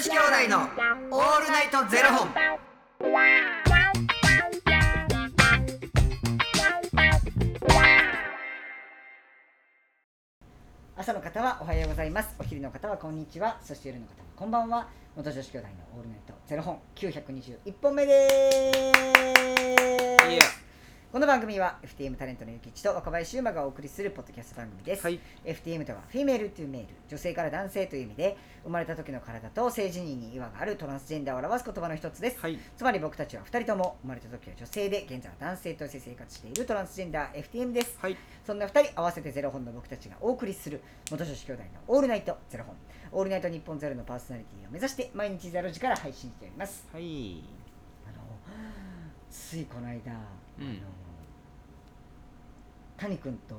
子兄弟のオールナイトゼロ本。 朝の方はおはようございます。お昼の方はこんにちは。そして夜の方はこんばんは。元女子兄弟のオールナイトゼロ本921本目です。この番組は FTM タレントのゆきちと若林優馬がお送りするポッドキャスト番組です、FTM とはフィメールトゥメール、女性から男性という意味で、生まれた時の体と性自認に違和があるトランスジェンダーを表す言葉の一つです、つまり僕たちは2人とも生まれた時は女性で現在は男性として生活しているトランスジェンダー FTM です、そんな2人合わせてゼロ本の僕たちがお送りする元女子兄弟のオールナイトゼロ本、オールナイト日本ゼロのパーソナリティを目指して毎日0時から配信しております。ついこの間、谷君と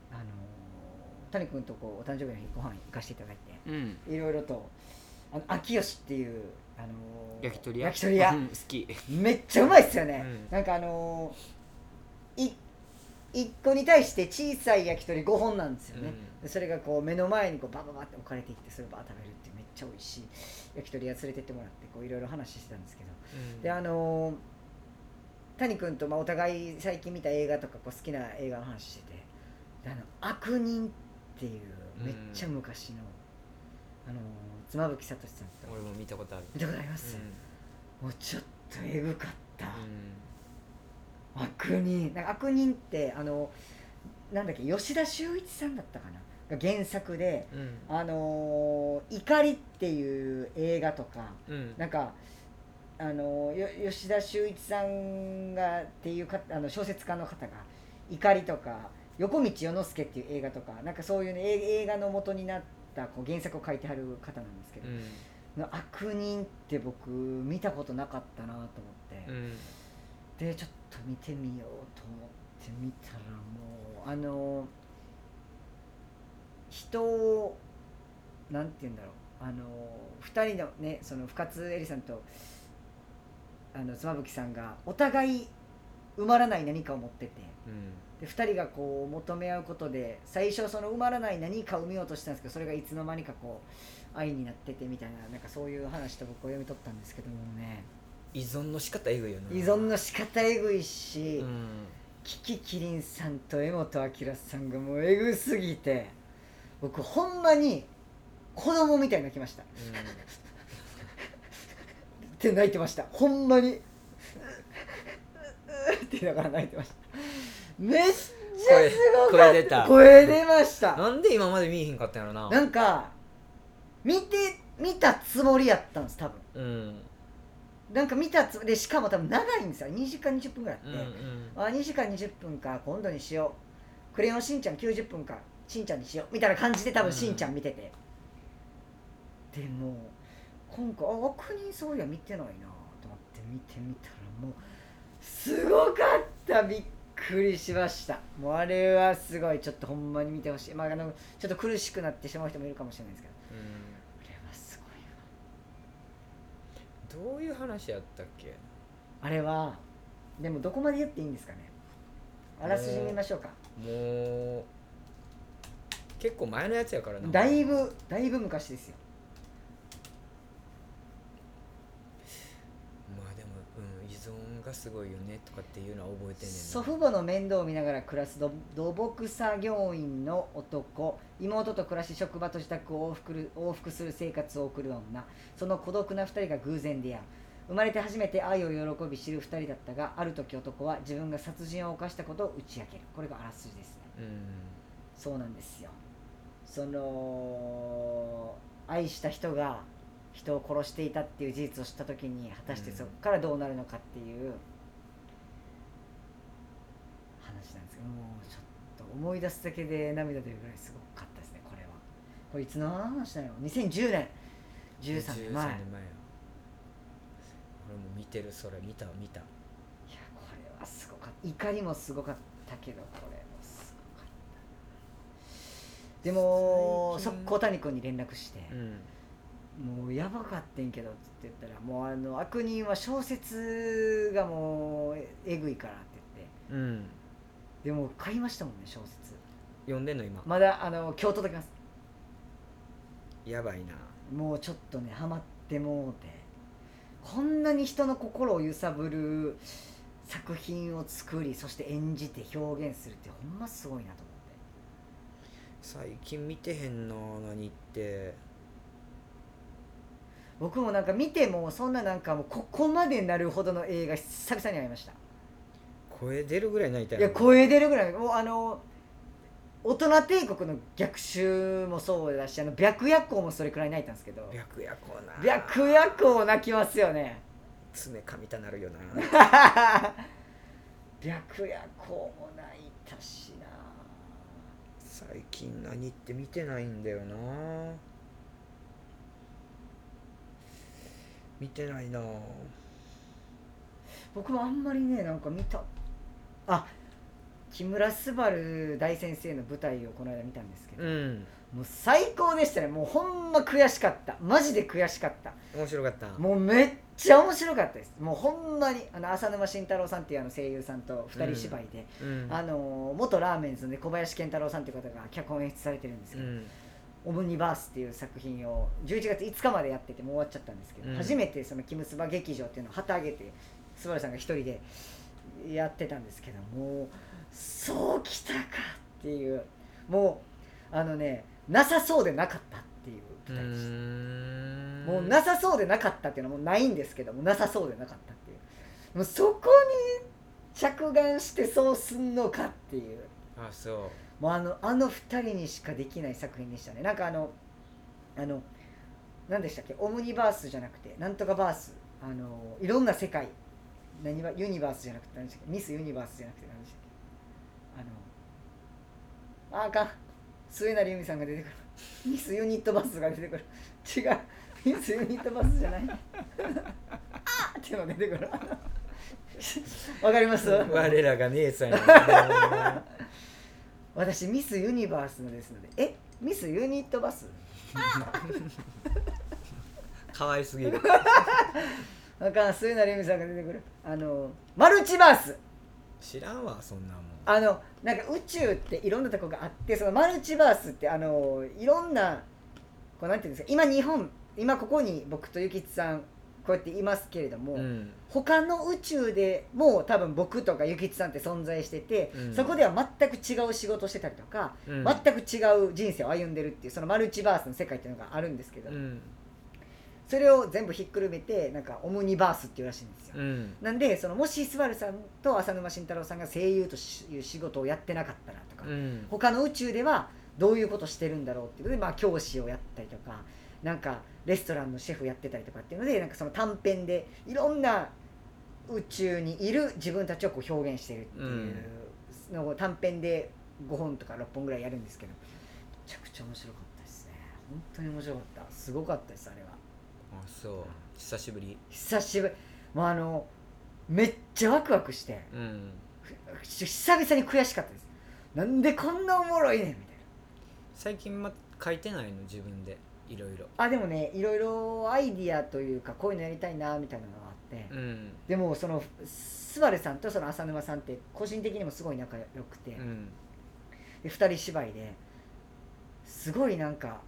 こうお誕生日の日ご飯行かせていただいて、いろいろと秋吉っていう焼き鳥屋好き。 めっちゃうまいっすよね、なんか1個に対して小さい焼き鳥5本なんですよね、それがこう目の前にこうバババって置かれていって、それをバー食べるっていうめっちゃ美味しい焼き鳥屋連れてってもらってこういろいろ話してたんですけど、で谷君とお互い最近見た映画とかこう好きな映画の話してて、で悪人っていうめっちゃ昔の、妻夫木聡さんと。 俺も見たことある。 見たことあります、もうちょっとエグかった、悪人ってなんだっけ、吉田修一さんだったかなが原作で、怒りっていう映画とか、なんか吉田修一さんがっていうか小説家の方が怒りとか横道世之助っていう映画とか、なんかそういう、ね、映画の元になったこう原作を書いてはる方なんですけど、悪人って僕見たことなかったなと思って、でちょっと見てみようと思って見たら、もう人をなんて言うんだろう、2人のね、その深津絵里さんと妻夫木さんがお互い埋まらない何かを持ってて、で2人がこう求め合うことで最初その埋まらない何かを埋めようとしたんですけど、それがいつの間にかこう愛になっててみたいな、なんかそういう話と僕は読み取ったんですけどもね、 依存の仕方エグいよな。 依存の仕方エグいし、キキキリンさんと柄本明さんがもうエグすぎて、僕ほんまに子供みたいに泣きました、って泣いてました、ほんまにって言いながら泣いてました。めっちゃすごかった。声出ました。 なんで今まで見えへんかったんやろな。 なんか見たつもりやったんです多分、なんか見たつもりで、しかも多分長いんですよ、2時間20分ぐらいあって、2時間20分か今度にしよう、クレヨンしんちゃん90分かしんちゃんにしようみたいな感じで多分しんちゃん見てて、でも今回悪人そういや見てないなと思って見てみたら、もうすごかった、びっくりしました。もうあれはすごい、ちょっとほんまに見てほしい、ちょっと苦しくなってしまう人もいるかもしれないですけど、あれはすごいわ。 どういう話やったっけ。 あれはでもどこまで言っていいんですかね。あらすじ見ましょうか。 もう結構前のやつやからな。 だいぶ昔ですよ。 まあでも、依存がすごいよねとかっていうのは覚えてんねんな。 祖父母の面倒を見ながら暮らす土木作業員の男、妹と暮らし職場と自宅を往復する生活を送る女、その孤独な2人が偶然出会う。生まれて初めて愛を喜び知る2人だったが、ある時男は自分が殺人を犯したことを打ち明ける。これがあらすじですね。そうなんですよ。その愛した人が人を殺していたっていう事実を知った時に、果たしてそこからどうなるのかっていう話なんですけど、もうちょっと思い出すだけで涙出るぐらいすごかったですね。これはこれいつの話なの。2010年13年前。 俺も見てる、それ見た。いやこれはすごかった。怒りもすごかったけど、これもすごかった。でも速攻谷君に連絡して、もうやばかってんけどって言ったら、もう悪人は小説がもうえぐいからって言って、でも買いましたもんね、小説読んでんの今。 まだ今日届きます。 やばいな。 もうちょっとねハマっってもうて、こんなに人の心を揺さぶる作品を作り、そして演じて表現するってほんますごいなと思って。 最近見てへんな何って。 僕もなんか見てもそんななんかもうここまでなるほどの映画久々に会いました。 声出るぐらい泣いたいや声出るぐらい、もう大人帝国の逆襲もそうだし、白夜行もそれくらい泣いたんですけど、 白夜行な。 白夜行泣きますよね。 爪噛みたなるよな。 白夜行も泣いたしな。 最近何って見てないんだよな。見てないな。 僕もあんまりね、なんか見た、木村昴大先生の舞台をこの間見たんですけど、もう最高でしたね。もうほんま悔しかった、マジで悔しかった。 面白かった。 もうめっちゃ面白かったです。もうほんまに浅沼慎太郎さんっていう声優さんと2人芝居で、元ラーメンズで小林健太郎さんっていう方が脚本演出されてるんですけど、オムニバースっていう作品を11月5日までやってて、もう終わっちゃったんですけど、初めてそのキムスバ劇場っていうのを旗揚げてスバルさんが一人でやってたんですけど、もうそうきたかっていう、もうなさそうでなかったっていう舞台でした。もうなさそうでなかったっていうのはもうないんですけども、なさそうでなかったっていう、もうそこに着眼してそうすんのかっていう、 あ、そう、 もう2人にしかできない作品でしたね。なんか何でしたっけ、オムニバースじゃなくてなんとかバース、いろんな世界、ユニバースじゃなくて何でしたっけ、ミスユニバースじゃなくて何でしたっけ、あかん、末成由美さんが出てくる、ミスユニットバスが出てくる、違う、ミスユニットバスじゃないあーっていうのが出てくるわかります？ 我らが姉さんや私ミスユニバースのですので、ミスユニットバス可愛すぎるあかん、末成由美さんが出てくる、マルチバース。 知らんわそんなもん。 なんか宇宙っていろんなとこがあって、そのマルチバースっていろんな、こうなんていうんですか、今ここに僕とゆきちさんこうやっていますけれども、他の宇宙でも多分僕とかゆきちさんって存在してて、そこでは全く違う仕事をしてたりとか、全く違う人生を歩んでるっていう、そのマルチバースの世界っていうのがあるんですけど、それを全部ひっくるめてなんかオムニバースっていうらしいんですよ。なんでもしスバルさんと浅沼慎太郎さんが声優という仕事をやってなかったらとか、他の宇宙ではどういうことしてるんだろうっていうので、教師をやったりとか、なんかレストランのシェフやってたりとかっていうので、なんかその短編でいろんな宇宙にいる自分たちをこう表現してるっていうのを短編で5本とか6本ぐらいやるんですけど、めちゃくちゃ面白かったですね。本当に面白かった、すごかったです。あれはそう、久しぶり。 もうめっちゃワクワクして、久々に悔しかったです。なんでこんなおもろいねんみたいな。 最近書いてないの自分でいろいろ。 でもね、いろいろアイディアというか、こういうのやりたいなみたいなのがあって、でもそのスバルさんとその浅沼さんって個人的にもすごい仲良くて、で2人芝居ですごいなんか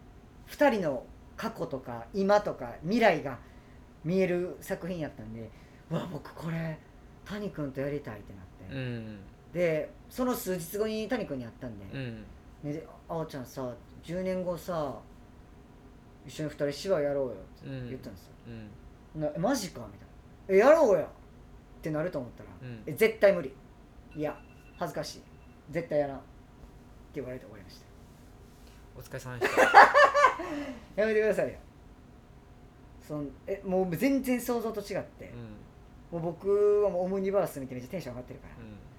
2人の過去とか今とか未来が見える作品やったんで、僕これ谷君とやりたいってなって、でその数日後に谷君に会ったんで、ね、あおちゃんさ10年後さ一緒に2人芝居やろうよって言ったんですよ。マジかみたいな、やろうやってなると思ったら、絶対無理、いや恥ずかしい、絶対やらんって言われて終わりました。 お疲れ様でしたやめてくださいよ。もう全然想像と違って、もう僕はもうオムニバース見てめっちゃテンション上がってるから、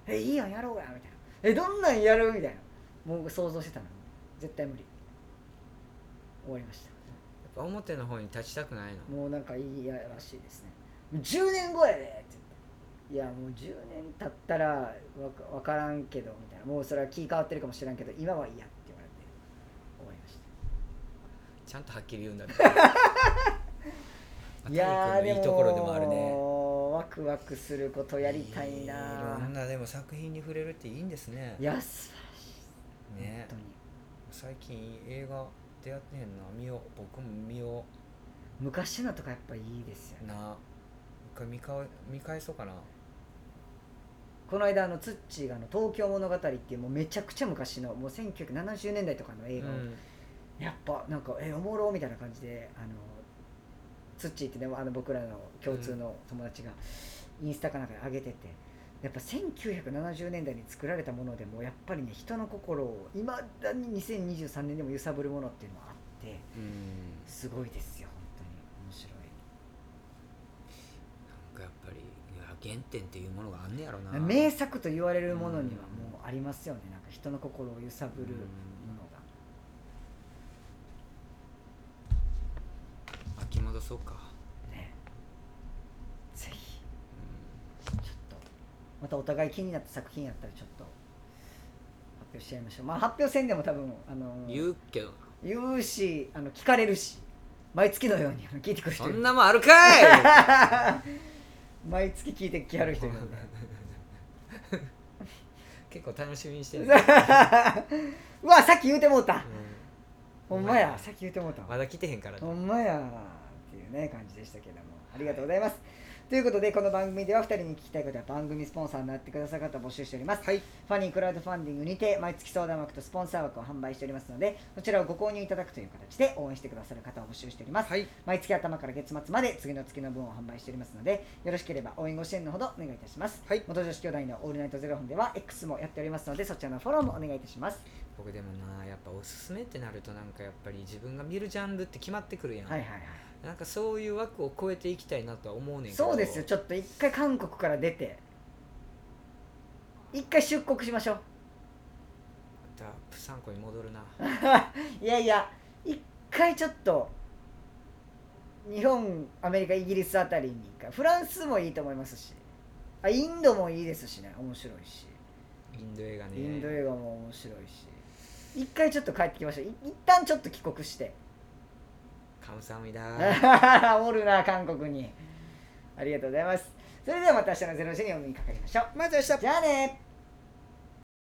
いいやんやろうやみたいな、どんなんやるみたいな、もう想像してたのに絶対無理、終わりました。 やっぱ表の方に立ちたくないの。 もうなんかいいやらしいですね。10年後やでって言って、いやもう10年経ったら分からんけどみたいな、もうそれは気変わってるかもしれんけど今は嫌って言われて終わりました。 ちゃんとはっきり言うんだねいやいいところでもあるね。 ワクワクすることやりたいな。 いろんなでも作品に触れるっていいんですね。 いや素晴らしいね。本当に最近映画出会ってへんな、見よう、僕も見よ昔のとかやっぱいいですよね。 一回見返そうかな。 この間ツッチーが東京物語っていうもうめちゃくちゃ昔のもう1970年代とかの映画を、やっぱなんかおもろみたいな感じでツッチーってね僕らの共通の友達がインスタかなんかに上げてて、やっぱ1970年代に作られたものでもやっぱりね人の心をいまだに2023年でも揺さぶるものっていうのがあって、すごいですよ本当に面白い。 なんかやっぱり原点っていうものがあんねやろな。 名作と言われるものにはもうありますよね。なんか人の心を揺さぶるものが。 巻き戻そうかね。ぜひ、ちょっとまたお互い気になった作品やったらちょっと発表しちゃいましょう。まあ発表せんでも多分言うけどな。 言うし聞かれるし、毎月のように聞いてくる人いる。 そんなもんあるかい毎月聞いてきはる人いるんで結構楽しみにしてる、 うわさっき言うてもうた、ほんまやさっき言うてもうたまだ来てへんからほんまやっていうね感じでしたけども、ありがとうございます。ということでこの番組では2人に聞きたいことや番組スポンサーになってくださる方を募集しております、はい、ファニークラウドファンディングにて毎月相談枠とスポンサー枠を販売しておりますので、そちらをご購入いただくという形で応援してくださる方を募集しております、はい、毎月頭から月末まで次の月の分を販売しておりますので、よろしければ応援ご支援のほどお願いいたします、はい、元女子兄弟のオールナイトゼロ本では X もやっておりますので、そちらのフォローもお願いいたします。 僕でもな、やっぱおすすめってなるとなんかやっぱり自分が見るジャンルって決まってくるやん、はいはいはい、なんかそういう枠を超えていきたいなとは思うねんけど。 そうですよ、ちょっと一回韓国から出て一回出国しましょう。 またプサンコに戻るないやいや一回ちょっと日本アメリカイギリスあたりにフランスもいいと思いますし、インドもいいですしね、面白いし、 インド映画ね、 インド映画も面白いし、一回ちょっと帰ってきましょう。一旦ちょっと帰国してカムサハムニダおるな韓国に。ありがとうございます。それではまた明日の0時にお目にかかりましょう。 また明日。 じゃあね。